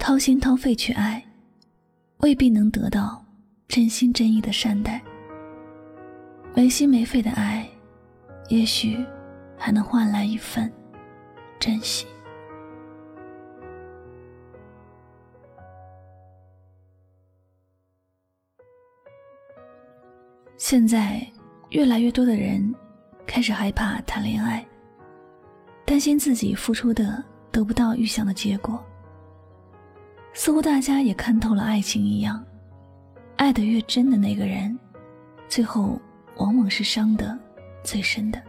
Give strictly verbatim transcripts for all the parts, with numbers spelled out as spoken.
掏心掏肺去爱，未必能得到真心真意的善待。没心没肺的爱，也许还能换来一份珍惜。现在越来越多的人开始害怕谈恋爱，担心自己付出的得不到预想的结果。似乎大家也看透了爱情一样，爱得越真的那个人，最后往往是伤得最深的。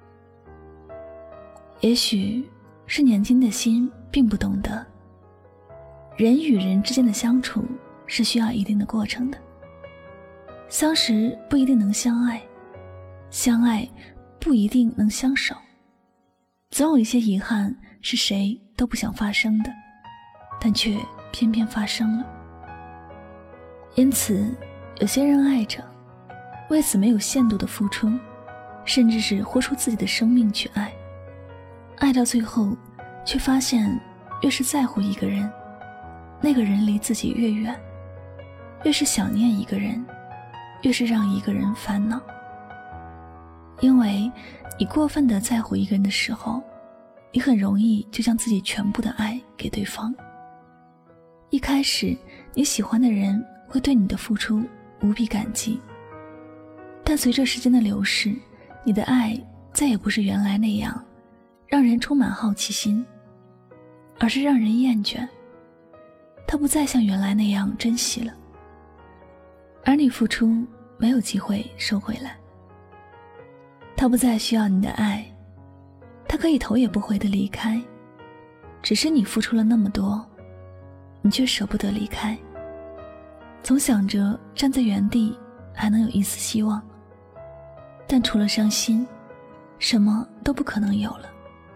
也许是年轻的心并不懂得，人与人之间的相处是需要一定的过程的。相识不一定能相爱，相爱不一定能相守，总有一些遗憾是谁都不想发生的，但却偏偏发生了。因此有些人爱着，为此没有限度的付出，甚至是豁出自己的生命去爱，爱到最后却发现越是在乎一个人，那个人离自己越远，越是想念一个人，越是让一个人烦恼。因为你过分的在乎一个人的时候，你很容易就将自己全部的爱给对方。一开始你喜欢的人会对你的付出无比感激，但随着时间的流逝，你的爱再也不是原来那样让人充满好奇心，而是让人厌倦。他不再像原来那样珍惜了，而你付出没有机会收回来。他不再需要你的爱，他可以头也不回地离开，只是你付出了那么多，你却舍不得离开，总想着站在原地还能有一丝希望，但除了伤心，什么都不可能有了。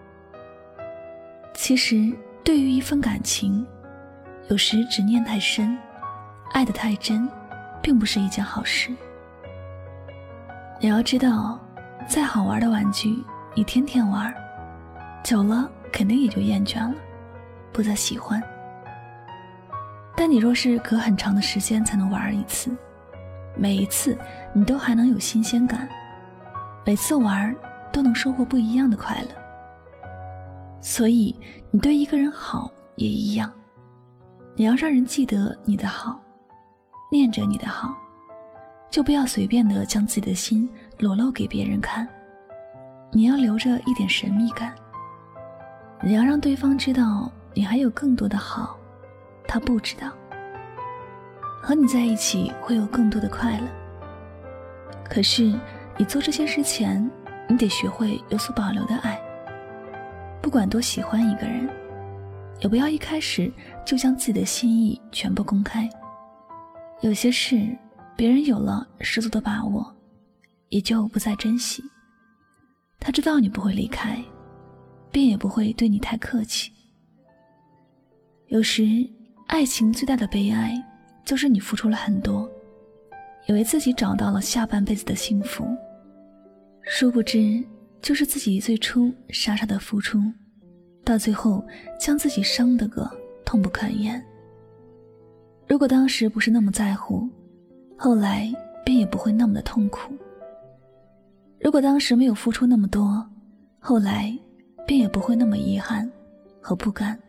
其实对于一份感情，有时执念太深，爱得太真，并不是一件好事。你要知道，再好玩的玩具你天天玩，久了肯定也就厌倦了，不再喜欢。但你若是隔很长的时间才能玩一次，每一次你都还能有新鲜感，每次玩都能收获不一样的快乐。所以你对一个人好也一样，你要让人记得你的好，念着你的好，就不要随便的将自己的心裸露给别人看。你要留着一点神秘感，你要让对方知道你还有更多的好，他不知道。和你在一起会有更多的快乐，可是你做这些事前，你得学会有所保留的爱。不管多喜欢一个人，也不要一开始就将自己的心意全部公开。有些事别人有了十足的把握，也就不再珍惜。他知道你不会离开，便也不会对你太客气。有时爱情最大的悲哀，就是你付出了很多，以为自己找到了下半辈子的幸福，殊不知就是自己最初傻傻的付出，到最后将自己伤得个痛不堪言。如果当时不是那么在乎，后来便也不会那么的痛苦。如果当时没有付出那么多，后来便也不会那么遗憾和不甘。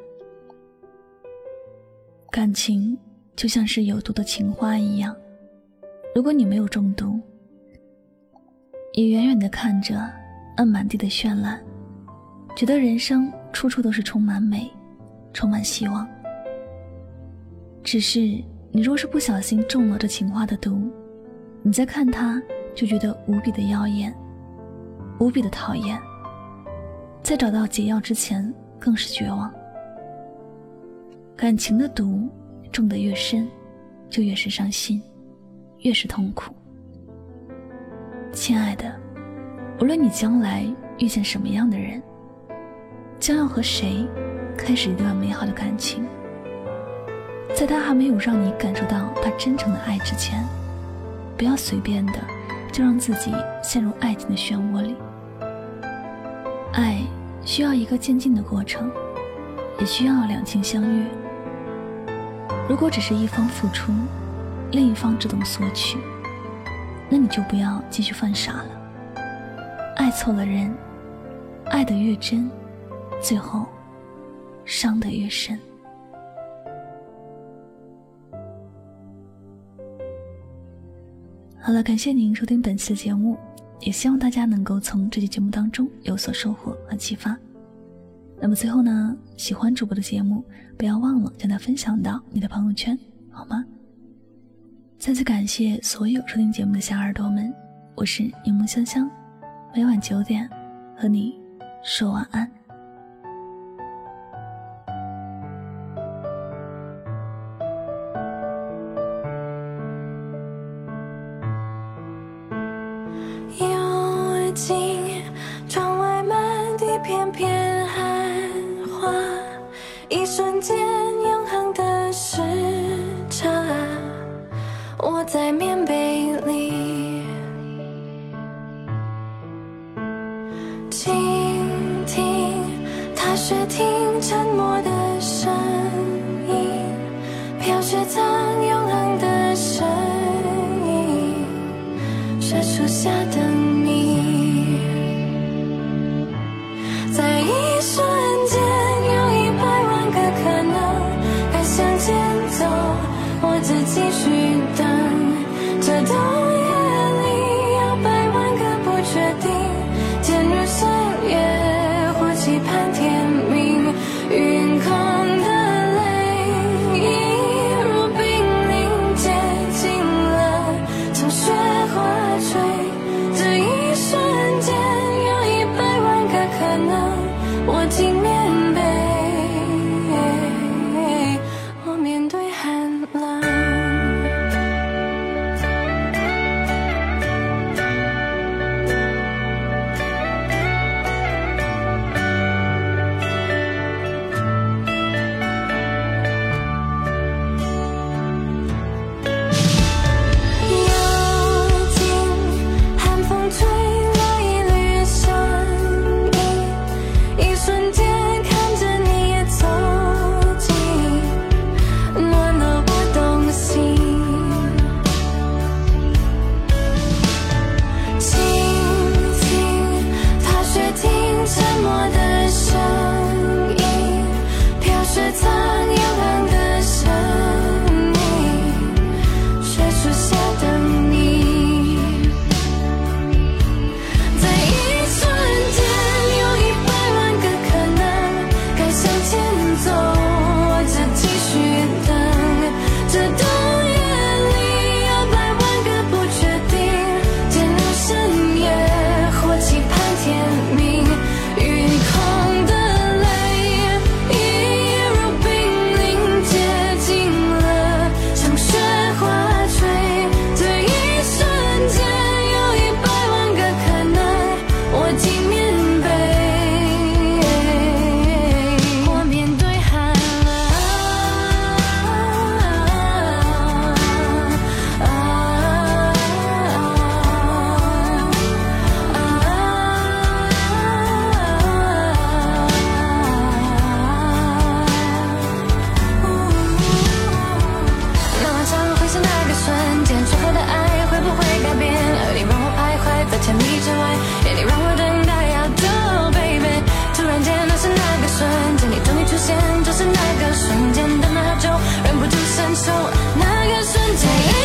感情就像是有毒的情花一样，如果你没有中毒，你远远地看着那满地的绚烂，觉得人生处处都是充满美，充满希望。只是你若是不小心中了这情花的毒，你再看它就觉得无比的妖艳，无比的讨厌，在找到解药之前更是绝望。感情的毒中得越深，就越是伤心，越是痛苦。亲爱的，无论你将来遇见什么样的人，将要和谁开始一段美好的感情，在他还没有让你感受到他真诚的爱之前，不要随便的就让自己陷入爱情的漩涡里。爱需要一个渐进的过程，也需要两情相悦。 如果只是一方付出，另一方自动索取，那你就不要继续犯傻了。爱错了人，爱得越真，最后伤得越深。好了，感谢您收听本期的节目，也希望大家能够从这期节目当中有所收获和启发。那么最后呢，喜欢主播的节目，不要忘了将它分享到你的朋友圈，好吗？再次感谢所有收听节目的小耳朵们，我是柠檬香香，每晚九点和你说晚安。 幽静，窗外满地片片寒花，一瞬间永恒的时差，我在棉被里倾听，踏雪听沉默的声音，飘雪藏永恒的声音，雪树下的你，在一瞬间有一百万个可能，该向前走，我只继续等，这冬夜里有百万个不确定，渐入深夜或期盼天明，云空的泪一如冰凌接近了，从雪花坠，这一瞬间有一百万个可能，我进棉被，我面对寒冷。就是那个瞬间的那种忍不住伸手，那个瞬间。